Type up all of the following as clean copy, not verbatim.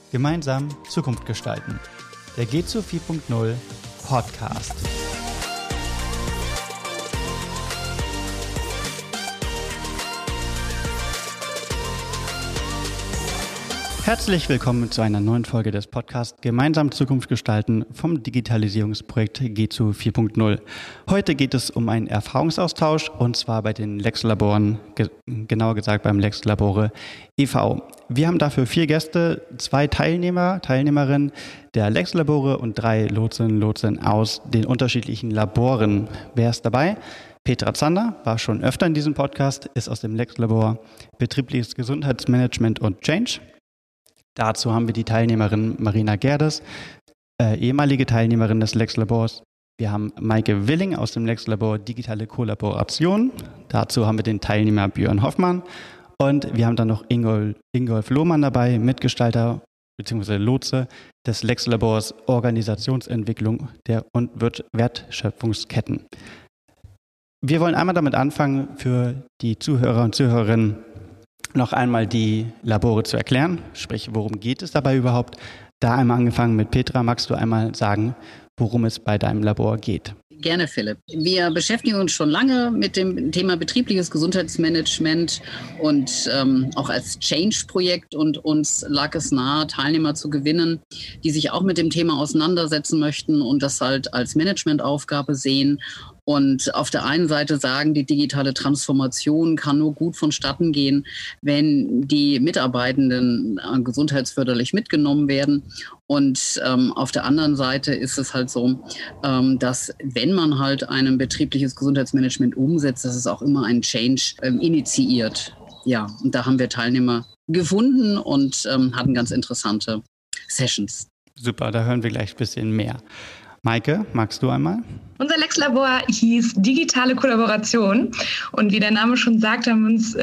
Gemeinsam Zukunft gestalten. Der GEZO 4.0 Podcast. Herzlich willkommen zu einer neuen Folge des Podcasts Gemeinsam Zukunft gestalten vom Digitalisierungsprojekt GEZO 4.0. Heute geht es um einen Erfahrungsaustausch und zwar bei den LEX-Laboren, genauer gesagt beim LEX-Labore e.V. Wir haben dafür 4 Gäste, 2 Teilnehmerinnen der LEX-Labore und 3 Lotsen aus den unterschiedlichen Laboren. Wer ist dabei? Petra Zander war schon öfter in diesem Podcast, ist aus dem LEX-Labor Betriebliches Gesundheitsmanagement und Change. Dazu haben wir die Teilnehmerin Marina Gerdes, ehemalige Teilnehmerin des LEX-Labors. Wir haben Maike Willing aus dem LEX-Labor Digitale Kollaboration. Dazu haben wir den Teilnehmer Björn Hoffmann. Und wir haben dann noch Ingolf Lohmann dabei, Mitgestalter bzw. Lotse des LEX-Labors Organisationsentwicklung und Wertschöpfungsketten. Wir wollen einmal damit anfangen, für die Zuhörer und Zuhörerinnen noch einmal die Labore zu erklären, sprich, worum geht es dabei überhaupt? Da einmal angefangen mit Petra, magst du einmal sagen, worum es bei deinem Labor geht? Gerne, Philipp. Wir beschäftigen uns schon lange mit dem Thema betriebliches Gesundheitsmanagement und auch als Change-Projekt, und uns lag es nahe, Teilnehmer zu gewinnen, die sich auch mit dem Thema auseinandersetzen möchten und das halt als Managementaufgabe sehen. Und auf der einen Seite sagen, die digitale Transformation kann nur gut vonstatten gehen, wenn die Mitarbeitenden gesundheitsförderlich mitgenommen werden. Und auf der anderen Seite ist es halt so, dass wenn man halt ein betriebliches Gesundheitsmanagement umsetzt, dass es auch immer einen Change initiiert. Ja, und da haben wir Teilnehmer gefunden und hatten ganz interessante Sessions. Super, da hören wir gleich ein bisschen mehr. Maike, magst du einmal? Unser LEX-Labor hieß Digitale Kollaboration und wie der Name schon sagt, haben wir uns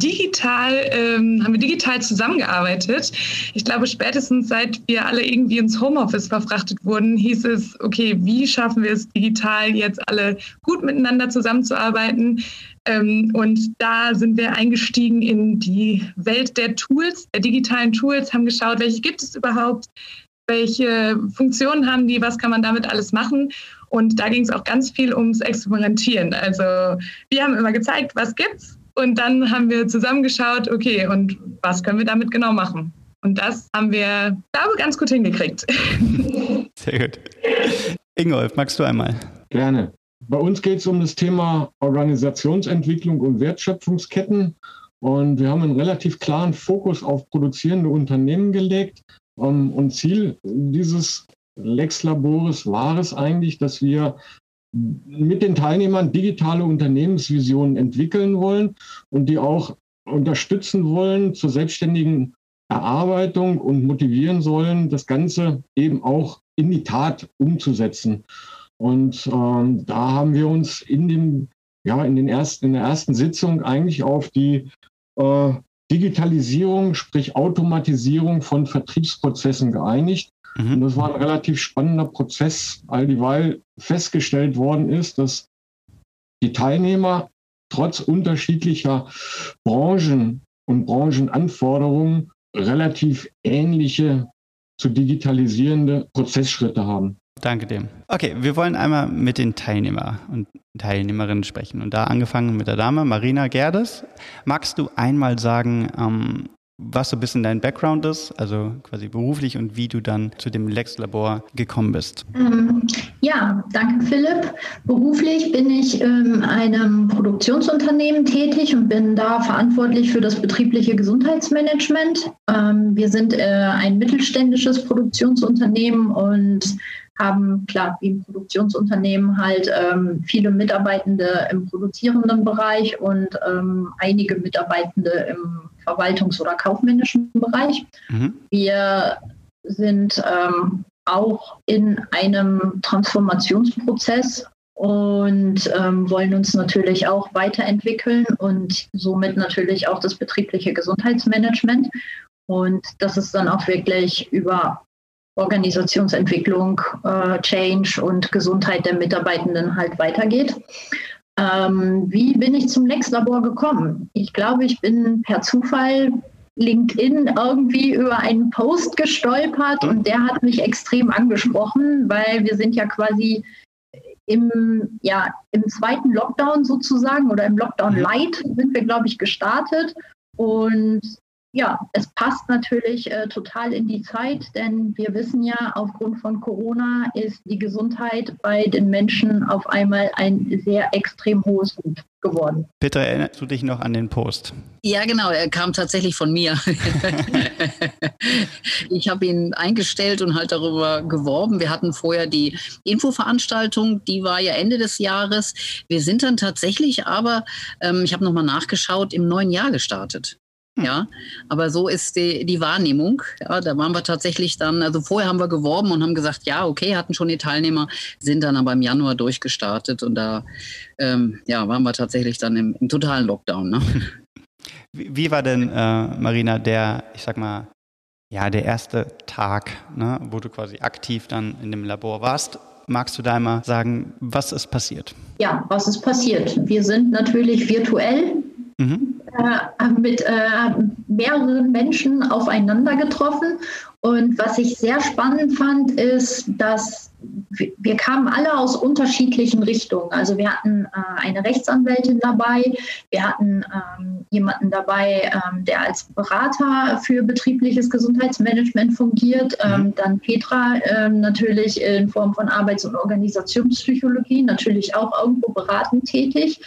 digital zusammengearbeitet. Ich glaube, spätestens seit wir alle irgendwie ins Homeoffice verfrachtet wurden, hieß es, okay, wie schaffen wir es digital jetzt alle gut miteinander zusammenzuarbeiten? Und da sind wir eingestiegen in die Welt der Tools, der digitalen Tools, haben geschaut, welche gibt es überhaupt? Welche Funktionen haben die, was kann man damit alles machen? Und da ging es auch ganz viel ums Experimentieren. Also wir haben immer gezeigt, was gibt's, und dann haben wir zusammengeschaut, okay, und was können wir damit genau machen? Und das haben wir, glaube ich, ganz gut hingekriegt. Sehr gut. Ingolf, magst du einmal? Gerne. Bei uns geht es um das Thema Organisationsentwicklung und Wertschöpfungsketten. Und wir haben einen relativ klaren Fokus auf produzierende Unternehmen gelegt. Und Ziel dieses LEX-Labores war es eigentlich, dass wir mit den Teilnehmern digitale Unternehmensvisionen entwickeln wollen und die auch unterstützen wollen zur selbstständigen Erarbeitung und motivieren sollen, das Ganze eben auch in die Tat umzusetzen. Und da haben wir uns in der ersten Sitzung eigentlich auf die Digitalisierung, sprich Automatisierung von Vertriebsprozessen geeinigt. Und das war ein relativ spannender Prozess, alldieweil festgestellt worden ist, dass die Teilnehmer trotz unterschiedlicher Branchen und Branchenanforderungen relativ ähnliche zu digitalisierende Prozessschritte haben. Danke dir. Okay, wir wollen einmal mit den Teilnehmer und Teilnehmerinnen sprechen. Und da angefangen mit der Dame, Marina Gerdes. Magst du einmal sagen, was so ein bisschen dein Background ist, also quasi beruflich, und wie du dann zu dem LEX-Labor gekommen bist? Ja, danke Philipp. Beruflich bin ich in einem Produktionsunternehmen tätig und bin da verantwortlich für das betriebliche Gesundheitsmanagement. Wir sind ein mittelständisches Produktionsunternehmen und haben, klar, wie im Produktionsunternehmen halt viele Mitarbeitende im produzierenden Bereich und einige Mitarbeitende im verwaltungs- oder kaufmännischen Bereich. Wir sind auch in einem Transformationsprozess und wollen uns natürlich auch weiterentwickeln und somit natürlich auch das betriebliche Gesundheitsmanagement. Und das ist dann auch wirklich über Organisationsentwicklung, Change und Gesundheit der Mitarbeitenden halt weitergeht. Wie bin ich zum LEX-Labor gekommen? Ich glaube, ich bin per Zufall LinkedIn irgendwie über einen Post gestolpert und der hat mich extrem angesprochen, weil wir sind ja quasi im zweiten Lockdown sozusagen oder im Lockdown Light sind wir, glaube ich, gestartet. Und ja, es passt natürlich total in die Zeit, denn wir wissen ja, aufgrund von Corona ist die Gesundheit bei den Menschen auf einmal ein sehr extrem hohes Gut geworden. Petra, erinnerst du dich noch an den Post? Ja, genau, er kam tatsächlich von mir. Ich habe ihn eingestellt und halt darüber geworben. Wir hatten vorher die Infoveranstaltung, die war ja Ende des Jahres. Wir sind dann tatsächlich aber, ich habe nochmal nachgeschaut, im neuen Jahr gestartet. Ja, aber so ist die Wahrnehmung. Ja, da waren wir tatsächlich dann, also vorher haben wir geworben und haben gesagt, ja, okay, hatten schon die Teilnehmer, sind dann aber im Januar durchgestartet und da waren wir tatsächlich dann im totalen Lockdown. Ne? Wie war denn, Marina, der erste Tag, ne, wo du quasi aktiv dann in dem Labor warst? Magst du da einmal sagen, was ist passiert? Ja, was ist passiert? Wir sind natürlich virtuell mit mehreren Menschen aufeinander getroffen. Und was ich sehr spannend fand, ist, dass wir kamen alle aus unterschiedlichen Richtungen. Also wir hatten eine Rechtsanwältin dabei, wir hatten jemanden dabei, der als Berater für betriebliches Gesundheitsmanagement fungiert, dann Petra natürlich in Form von Arbeits- und Organisationspsychologie, natürlich auch irgendwo beratend tätig.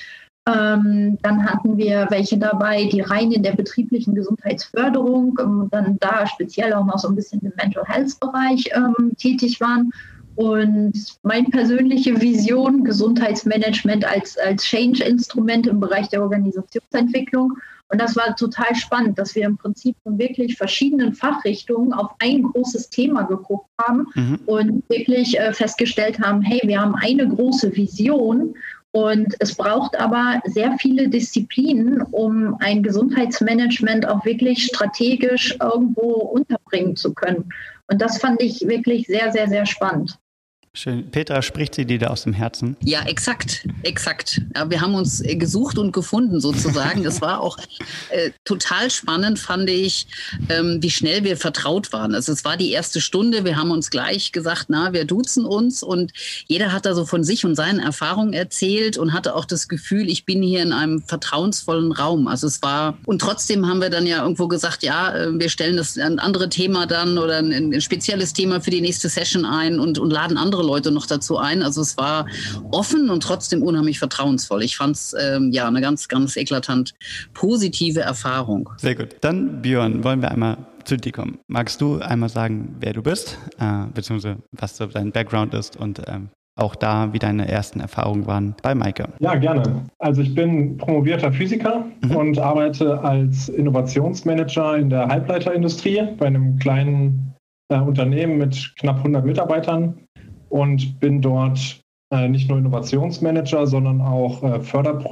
Dann hatten wir welche dabei, die rein in der betrieblichen Gesundheitsförderung, dann da speziell auch noch so ein bisschen im Mental Health Bereich tätig waren. Und meine persönliche Vision, Gesundheitsmanagement als Change-Instrument im Bereich der Organisationsentwicklung. Und das war total spannend, dass wir im Prinzip von wirklich verschiedenen Fachrichtungen auf ein großes Thema geguckt haben und wirklich festgestellt haben, hey, wir haben eine große Vision. Und es braucht aber sehr viele Disziplinen, um ein Gesundheitsmanagement auch wirklich strategisch irgendwo unterbringen zu können. Und das fand ich wirklich sehr, sehr, sehr spannend. Schön. Petra, spricht sie dir da aus dem Herzen? Ja, exakt. Ja, wir haben uns gesucht und gefunden sozusagen. Es war auch total spannend, fand ich, wie schnell wir vertraut waren. Also es war die erste Stunde, wir haben uns gleich gesagt, wir duzen uns und jeder hat da so von sich und seinen Erfahrungen erzählt und hatte auch das Gefühl, ich bin hier in einem vertrauensvollen Raum. Also es war, und trotzdem haben wir dann ja irgendwo gesagt, ja, wir stellen das ein anderes Thema dann oder ein spezielles Thema für die nächste Session ein und laden andere Leute noch dazu ein. Also es war offen und trotzdem unheimlich vertrauensvoll. Ich fand es eine ganz, ganz eklatant positive Erfahrung. Sehr gut. Dann, Björn, wollen wir einmal zu dir kommen. Magst du einmal sagen, wer du bist, beziehungsweise was so dein Background ist und auch da, wie deine ersten Erfahrungen waren bei Maike? Ja, gerne. Also ich bin promovierter Physiker und arbeite als Innovationsmanager in der Halbleiterindustrie bei einem kleinen Unternehmen mit knapp 100 Mitarbeitern. Und bin dort nicht nur Innovationsmanager, sondern auch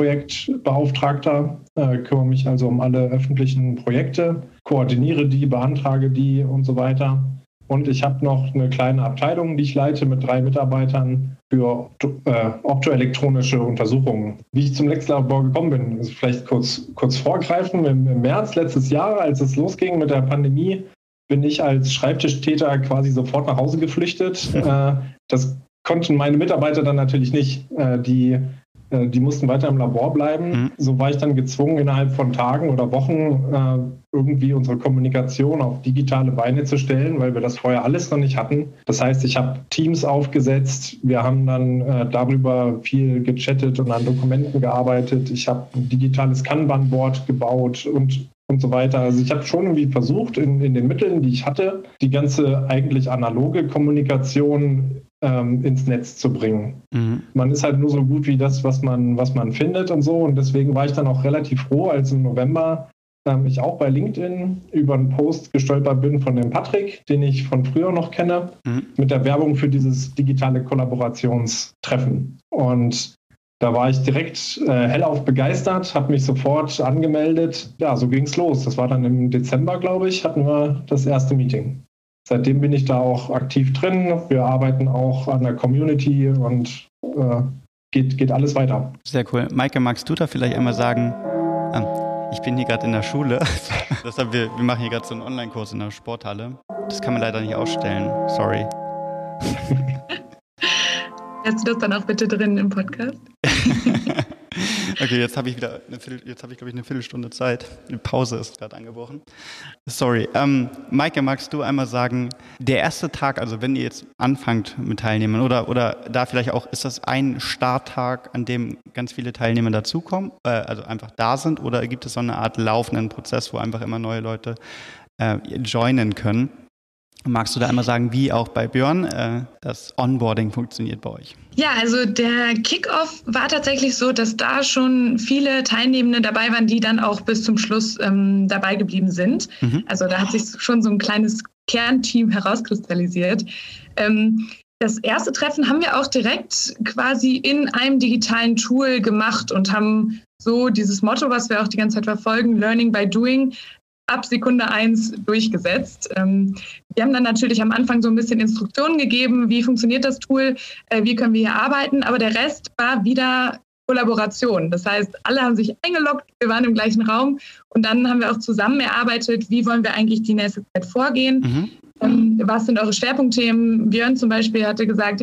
Förderprojektbeauftragter, kümmere mich also um alle öffentlichen Projekte, koordiniere die, beantrage die und so weiter. Und ich habe noch eine kleine Abteilung, die ich leite mit 3 Mitarbeitern für optoelektronische Untersuchungen. Wie ich zum Lexlabor gekommen bin, also vielleicht kurz vorgreifen. Im März letztes Jahr, als es losging mit der Pandemie, bin ich als Schreibtischtäter quasi sofort nach Hause geflüchtet. Das konnten meine Mitarbeiter dann natürlich nicht. Die mussten weiter im Labor bleiben. So war ich dann gezwungen, innerhalb von Tagen oder Wochen irgendwie unsere Kommunikation auf digitale Beine zu stellen, weil wir das vorher alles noch nicht hatten. Das heißt, ich habe Teams aufgesetzt. Wir haben dann darüber viel gechattet und an Dokumenten gearbeitet. Ich habe ein digitales Kanban-Board gebaut und so weiter. Also ich habe schon irgendwie versucht, in den Mitteln, die ich hatte, die ganze eigentlich analoge Kommunikation ins Netz zu bringen. Man ist halt nur so gut wie das, was man findet und so. Und deswegen war ich dann auch relativ froh, als im November ich auch bei LinkedIn über einen Post gestolpert bin von dem Patrick, den ich von früher noch kenne, mit der Werbung für dieses digitale Kollaborationstreffen. Und da war ich direkt hellauf begeistert, habe mich sofort angemeldet. Ja, so ging es los. Das war dann im Dezember, glaube ich, hatten wir das erste Meeting. Seitdem bin ich da auch aktiv drin. Wir arbeiten auch an der Community und geht alles weiter. Sehr cool. Maike, magst du da vielleicht einmal sagen, Ich bin hier gerade in der Schule. Deshalb, wir machen hier gerade so einen Online-Kurs in der Sporthalle. Das kann man leider nicht ausstellen. Sorry. Hast du das dann auch bitte drin im Podcast? Okay, jetzt habe ich glaube ich, eine Viertelstunde Zeit. Die Pause ist gerade angebrochen. Sorry. Maike, magst du einmal sagen, der erste Tag, also wenn ihr jetzt anfangt mit Teilnehmern oder da vielleicht auch, ist das ein Starttag, an dem ganz viele Teilnehmer dazukommen, also einfach da sind, oder gibt es so eine Art laufenden Prozess, wo einfach immer neue Leute joinen können? Magst du da einmal sagen, wie auch bei Björn das Onboarding funktioniert bei euch? Ja, also der Kickoff war tatsächlich so, dass da schon viele Teilnehmende dabei waren, die dann auch bis zum Schluss dabei geblieben sind. Mhm. Also da hat sich schon so ein kleines Kernteam herauskristallisiert. Das erste Treffen haben wir auch direkt quasi in einem digitalen Tool gemacht und haben so dieses Motto, was wir auch die ganze Zeit verfolgen, Learning by Doing, ab Sekunde 1 durchgesetzt. Wir haben dann natürlich am Anfang so ein bisschen Instruktionen gegeben, wie funktioniert das Tool, wie können wir hier arbeiten, aber der Rest war wieder Kollaboration. Das heißt, alle haben sich eingeloggt, wir waren im gleichen Raum und dann haben wir auch zusammen erarbeitet, wie wollen wir eigentlich die nächste Zeit vorgehen, was sind eure Schwerpunktthemen. Björn zum Beispiel hatte gesagt,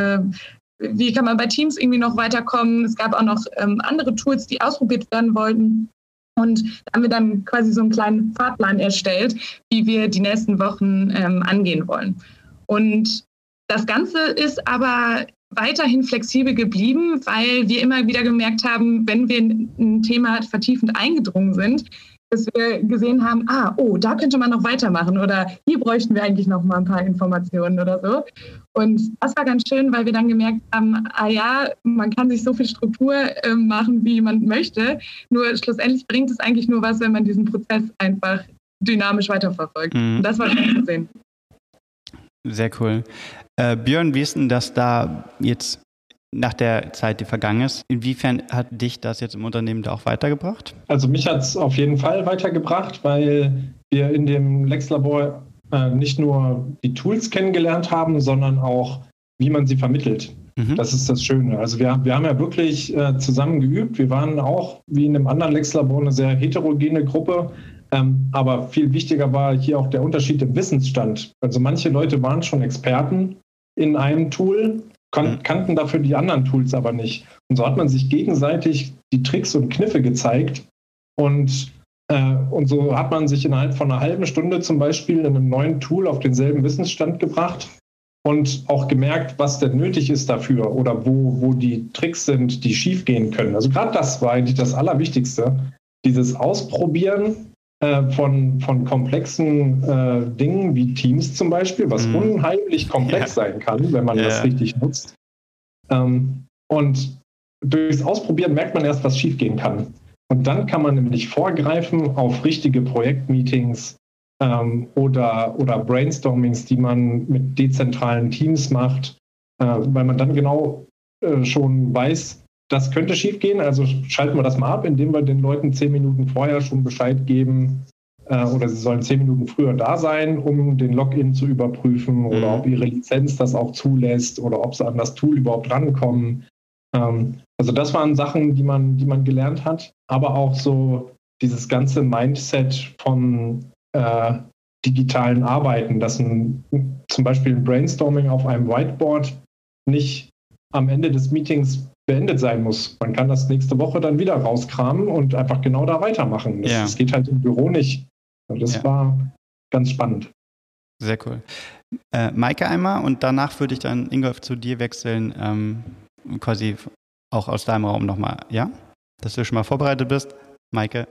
wie kann man bei Teams irgendwie noch weiterkommen. Es gab auch noch andere Tools, die ausprobiert werden wollten. Und da haben wir dann quasi so einen kleinen Fahrplan erstellt, wie wir die nächsten Wochen angehen wollen. Und das Ganze ist aber weiterhin flexibel geblieben, weil wir immer wieder gemerkt haben, wenn wir in ein Thema vertiefend eingedrungen sind, dass wir gesehen haben, da könnte man noch weitermachen oder hier bräuchten wir eigentlich noch mal ein paar Informationen oder so. Und das war ganz schön, weil wir dann gemerkt haben, man kann sich so viel Struktur machen, wie man möchte. Nur schlussendlich bringt es eigentlich nur was, wenn man diesen Prozess einfach dynamisch weiterverfolgt. Mhm. Und das war schön zu sehen. Sehr cool. Björn, wie ist denn das da jetzt nach der Zeit, die vergangen ist? Inwiefern hat dich das jetzt im Unternehmen da auch weitergebracht? Also mich hat es auf jeden Fall weitergebracht, weil wir in dem Lex-Labor nicht nur die Tools kennengelernt haben, sondern auch, wie man sie vermittelt. Mhm. Das ist das Schöne. Also wir haben ja wirklich zusammen geübt. Wir waren auch, wie in einem anderen Lex-Labor, eine sehr heterogene Gruppe. Aber viel wichtiger war hier auch der Unterschied im Wissensstand. Also manche Leute waren schon Experten in einem Tool, kannten dafür die anderen Tools aber nicht. Und so hat man sich gegenseitig die Tricks und Kniffe gezeigt. Und so hat man sich innerhalb von einer halben Stunde zum Beispiel in einem neuen Tool auf denselben Wissensstand gebracht und auch gemerkt, was denn nötig ist dafür oder wo die Tricks sind, die schief gehen können. Also gerade das war eigentlich das Allerwichtigste. Dieses Ausprobieren von komplexen Dingen wie Teams zum Beispiel, was unheimlich komplex sein kann, wenn man das richtig nutzt. Und durchs Ausprobieren merkt man erst, was schiefgehen kann. Und dann kann man nämlich vorgreifen auf richtige Projektmeetings oder Brainstormings, die man mit dezentralen Teams macht, weil man dann genau schon weiß, das könnte schiefgehen, also schalten wir das mal ab, indem wir den Leuten 10 Minuten vorher schon Bescheid geben oder sie sollen 10 Minuten früher da sein, um den Login zu überprüfen oder ob ihre Lizenz das auch zulässt oder ob sie an das Tool überhaupt rankommen. Also das waren Sachen, die man gelernt hat, aber auch so dieses ganze Mindset von digitalen Arbeiten, dass zum Beispiel ein Brainstorming auf einem Whiteboard nicht am Ende des Meetings beendet sein muss. Man kann das nächste Woche dann wieder rauskramen und einfach genau da weitermachen. Das geht halt im Büro nicht. Und das war ganz spannend. Sehr cool. Maike einmal und danach würde ich dann, Ingolf, zu dir wechseln, quasi auch aus deinem Raum nochmal, ja? Dass du schon mal vorbereitet bist. Maike.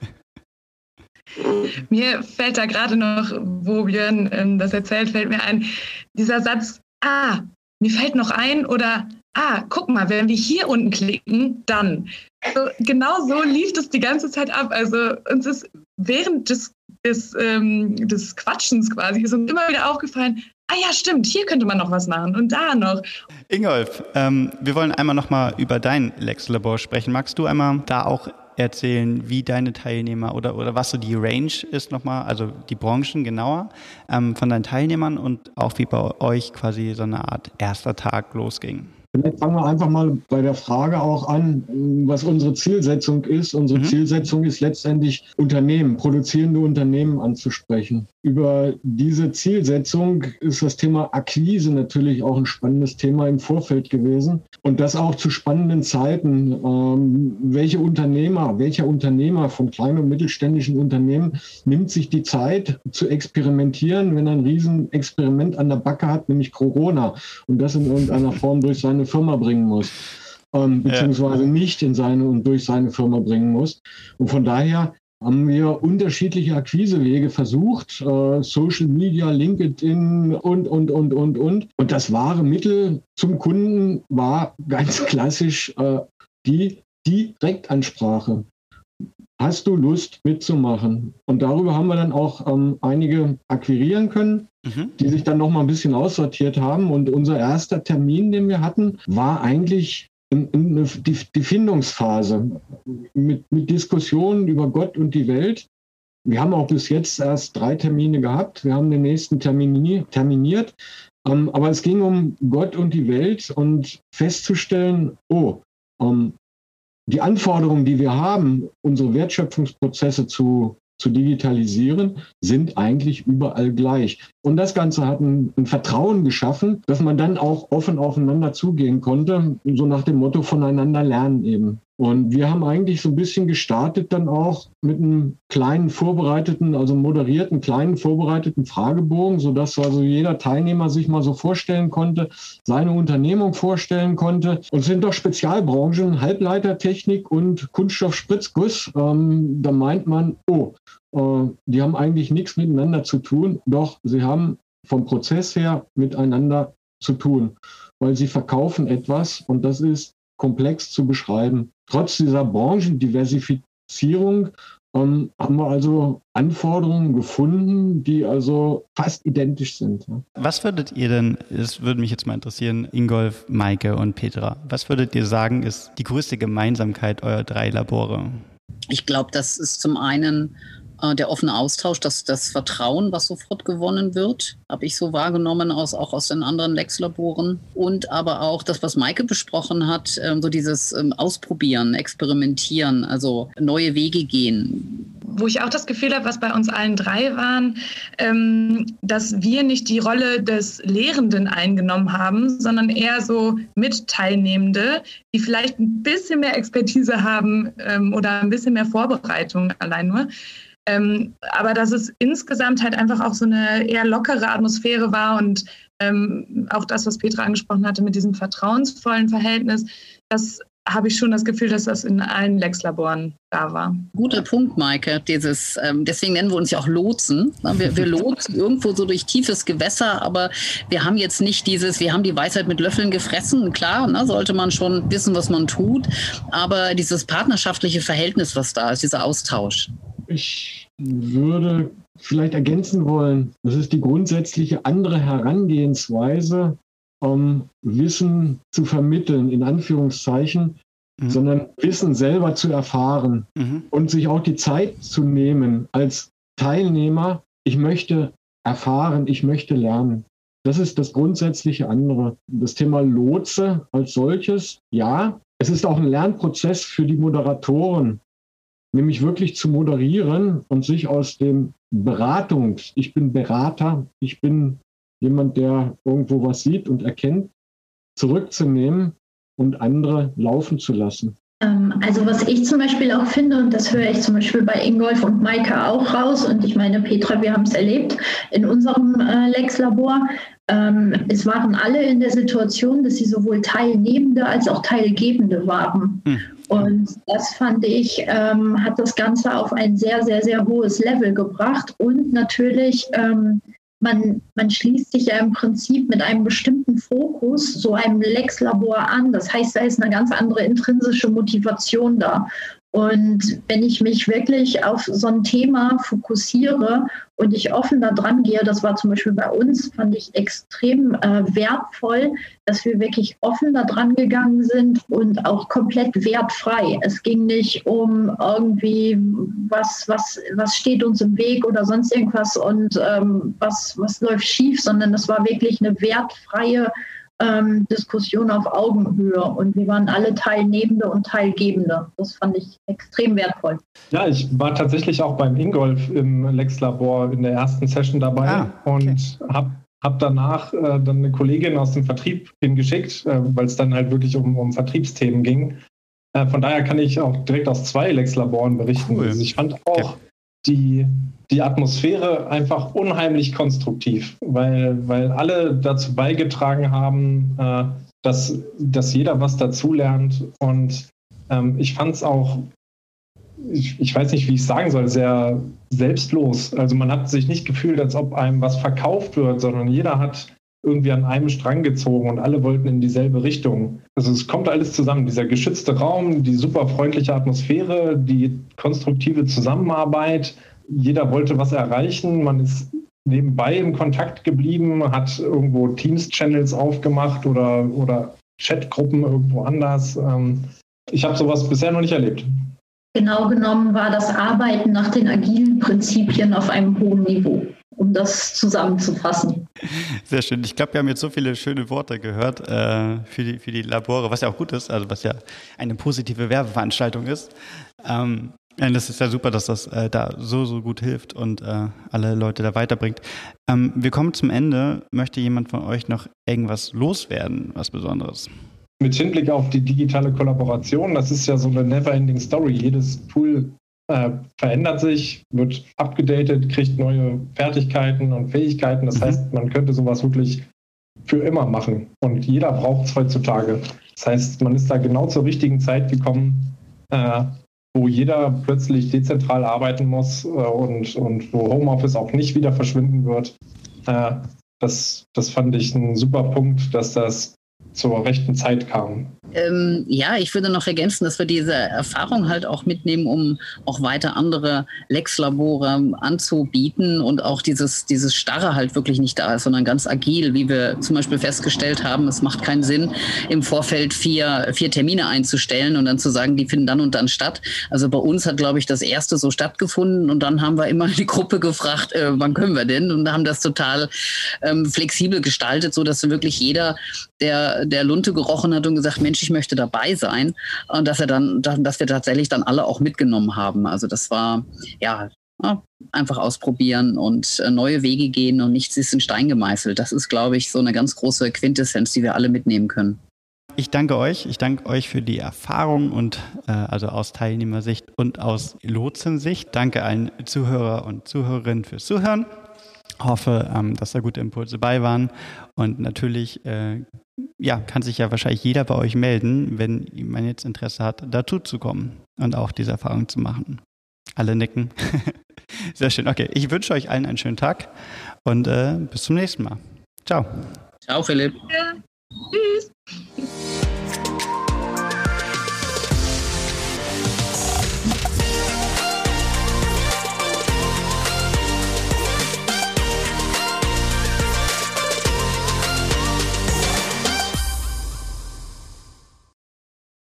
Mir fällt da gerade noch, wo Björn das erzählt, fällt mir ein, dieser Satz, mir fällt noch ein oder guck mal, wenn wir hier unten klicken, dann. So, genau so lief das die ganze Zeit ab. Also uns ist während des Quatschens quasi ist uns immer wieder aufgefallen, ja stimmt, hier könnte man noch was machen und da noch. Ingolf, wir wollen einmal nochmal über dein Lex-Labor sprechen. Magst du einmal da auch erzählen, wie deine Teilnehmer oder was so die Range ist nochmal, also die Branchen genauer von deinen Teilnehmern und auch wie bei euch quasi so eine Art erster Tag losging? Vielleicht fangen wir einfach mal bei der Frage auch an, was unsere Zielsetzung ist. Unsere Zielsetzung ist letztendlich Unternehmen, produzierende Unternehmen anzusprechen. Über diese Zielsetzung ist das Thema Akquise natürlich auch ein spannendes Thema im Vorfeld gewesen. Und das auch zu spannenden Zeiten. Welcher Unternehmer von kleinen und mittelständischen Unternehmen nimmt sich die Zeit zu experimentieren, wenn er ein Riesenexperiment an der Backe hat, nämlich Corona, und das in irgendeiner Form durch seine Firma bringen muss, beziehungsweise nicht durch seine Firma bringen muss. Und von daher haben wir unterschiedliche Akquisewege versucht, Social Media, LinkedIn und. Und das wahre Mittel zum Kunden war ganz klassisch die Direktansprache. Hast du Lust mitzumachen? Und darüber haben wir dann auch einige akquirieren können, die sich dann noch mal ein bisschen aussortiert haben. Und unser erster Termin, den wir hatten, war eigentlich die Findungsphase mit Diskussionen über Gott und die Welt. Wir haben auch bis jetzt erst 3 Termine gehabt. Wir haben den nächsten terminiert. Aber es ging um Gott und die Welt und festzustellen, die Anforderungen, die wir haben, unsere Wertschöpfungsprozesse zu digitalisieren, sind eigentlich überall gleich. Und das Ganze hat ein Vertrauen geschaffen, dass man dann auch offen aufeinander zugehen konnte, so nach dem Motto voneinander lernen eben. Und wir haben eigentlich so ein bisschen gestartet dann auch mit einem moderierten, kleinen vorbereiteten Fragebogen, sodass also jeder Teilnehmer sich mal so vorstellen konnte, seine Unternehmung vorstellen konnte. Und es sind doch Spezialbranchen, Halbleitertechnik und Kunststoffspritzguss. Da meint man, die haben eigentlich nichts miteinander zu tun, doch sie haben vom Prozess her miteinander zu tun, weil sie verkaufen etwas und das ist komplex zu beschreiben. Trotz dieser Branchendiversifizierung haben wir also Anforderungen gefunden, die also fast identisch sind. Was würdet ihr denn, das würde mich jetzt mal interessieren, Ingolf, Maike und Petra, was würdet ihr sagen, ist die größte Gemeinsamkeit eurer 3 Labore? Ich glaube, das ist zum einen der offene Austausch, das Vertrauen, was sofort gewonnen wird, habe ich so wahrgenommen, auch aus den anderen Lex-Laboren. Und aber auch das, was Maike besprochen hat, so dieses Ausprobieren, Experimentieren, also neue Wege gehen. Wo ich auch das Gefühl habe, was bei uns allen 3 waren, dass wir nicht die Rolle des Lehrenden eingenommen haben, sondern eher so Mitteilnehmende, die vielleicht ein bisschen mehr Expertise haben oder ein bisschen mehr Vorbereitung allein nur. Aber dass es insgesamt halt einfach auch so eine eher lockere Atmosphäre war und auch das, was Petra angesprochen hatte mit diesem vertrauensvollen Verhältnis, das habe ich schon das Gefühl, dass das in allen Lex-Laboren da war. Guter Punkt, Maike. Deswegen nennen wir uns ja auch Lotsen. Wir lotsen irgendwo so durch tiefes Gewässer, aber wir haben jetzt nicht wir haben die Weisheit mit Löffeln gefressen. Klar, sollte man schon wissen, was man tut, aber dieses partnerschaftliche Verhältnis, was da ist, dieser Austausch. Ich würde vielleicht ergänzen wollen, das ist die grundsätzliche andere Herangehensweise, Wissen zu vermitteln, in Anführungszeichen, sondern Wissen selber zu erfahren und sich auch die Zeit zu nehmen als Teilnehmer. Ich möchte erfahren, ich möchte lernen. Das ist das grundsätzliche andere. Das Thema Lotse als solches, ja, es ist auch ein Lernprozess für die Moderatoren, nämlich wirklich zu moderieren und sich aus dem ich bin Berater, ich bin jemand, der irgendwo was sieht und erkennt, zurückzunehmen und andere laufen zu lassen. Also was ich zum Beispiel auch finde, und das höre ich zum Beispiel bei Ingolf und Maike auch raus, und ich meine, Petra, wir haben es erlebt in unserem Lex-Labor, es waren alle in der Situation, dass sie sowohl Teilnehmende als auch Teilgebende waren. Und das fand ich, hat das Ganze auf ein sehr, sehr, sehr hohes Level gebracht. Und natürlich, man schließt sich ja im Prinzip mit einem bestimmten Fokus so einem Lex-Labor an. Das heißt, da ist eine ganz andere intrinsische Motivation da. Und wenn ich mich wirklich auf so ein Thema fokussiere und ich offen da dran gehe, das war zum Beispiel bei uns, fand ich extrem wertvoll, dass wir wirklich offen da dran gegangen sind und auch komplett wertfrei. Es ging nicht um irgendwie, was steht uns im Weg oder sonst irgendwas und was läuft schief, sondern es war wirklich eine wertfreie Diskussion auf Augenhöhe und wir waren alle Teilnehmende und Teilgebende. Das fand ich extrem wertvoll. Ja, ich war tatsächlich auch beim Ingolf im Lex-Labor in der ersten Session dabei und habe danach dann eine Kollegin aus dem Vertrieb hingeschickt, weil es dann halt wirklich um Vertriebsthemen ging. Von daher kann ich auch direkt aus 2 Lex-Laboren berichten. Cool. Also ich fand auch die Atmosphäre einfach unheimlich konstruktiv, weil alle dazu beigetragen haben, dass jeder was dazulernt. Und ich fand es auch, ich weiß nicht, wie ich sagen soll, sehr selbstlos. Also man hat sich nicht gefühlt, als ob einem was verkauft wird, sondern jeder hat irgendwie an einem Strang gezogen und alle wollten in dieselbe Richtung. Also es kommt alles zusammen. Dieser geschützte Raum, die super freundliche Atmosphäre, die konstruktive Zusammenarbeit. Jeder wollte was erreichen. Man ist nebenbei im Kontakt geblieben, hat irgendwo Teams-Channels aufgemacht oder Chatgruppen irgendwo anders. Ich habe sowas bisher noch nicht erlebt. Genau genommen war das Arbeiten nach den agilen Prinzipien auf einem hohen Niveau, um das zusammenzufassen. Sehr schön. Ich glaube, wir haben jetzt so viele schöne Worte gehört für die Labore, was ja auch gut ist, also was ja eine positive Werbeveranstaltung ist. Das ist ja super, dass das da so gut hilft und alle Leute da weiterbringt. Wir kommen zum Ende. Möchte jemand von euch noch irgendwas loswerden, was Besonderes? Mit Hinblick auf die digitale Kollaboration, das ist ja so eine never-ending Story. Jedes Tool verändert sich, wird abgedatet, kriegt neue Fertigkeiten und Fähigkeiten. Das heißt, man könnte sowas wirklich für immer machen. Und jeder braucht es heutzutage. Das heißt, man ist da genau zur richtigen Zeit gekommen, wo jeder plötzlich dezentral arbeiten muss und wo Homeoffice auch nicht wieder verschwinden wird. Das fand ich ein super Punkt, dass das zur rechten Zeit kam. Ich würde noch ergänzen, dass wir diese Erfahrung halt auch mitnehmen, um auch weiter andere Lex-Labore anzubieten und auch dieses Starre halt wirklich nicht da ist, sondern ganz agil, wie wir zum Beispiel festgestellt haben. Es macht keinen Sinn, im Vorfeld vier Termine einzustellen und dann zu sagen, die finden dann und dann statt. Also bei uns hat, glaube ich, das erste so stattgefunden und dann haben wir immer die Gruppe gefragt, wann können wir denn? Und haben das total flexibel gestaltet, so dass wirklich jeder, der Lunte gerochen hat und gesagt, Mensch, ich möchte dabei sein, und dass wir tatsächlich dann alle auch mitgenommen haben. Also das war einfach ausprobieren und neue Wege gehen und nichts ist in Stein gemeißelt. Das ist, glaube ich, so eine ganz große Quintessenz, die wir alle mitnehmen können. Ich danke euch für die Erfahrung und also aus Teilnehmersicht und aus Lotsensicht. Danke allen Zuhörer und Zuhörerinnen fürs Zuhören. Hoffe, dass da gute Impulse bei waren. Und natürlich kann sich ja wahrscheinlich jeder bei euch melden, wenn man jetzt Interesse hat, dazu zu kommen und auch diese Erfahrung zu machen. Alle nicken. Sehr schön. Okay, ich wünsche euch allen einen schönen Tag und bis zum nächsten Mal. Ciao. Ciao, Philipp. Ja. Tschüss.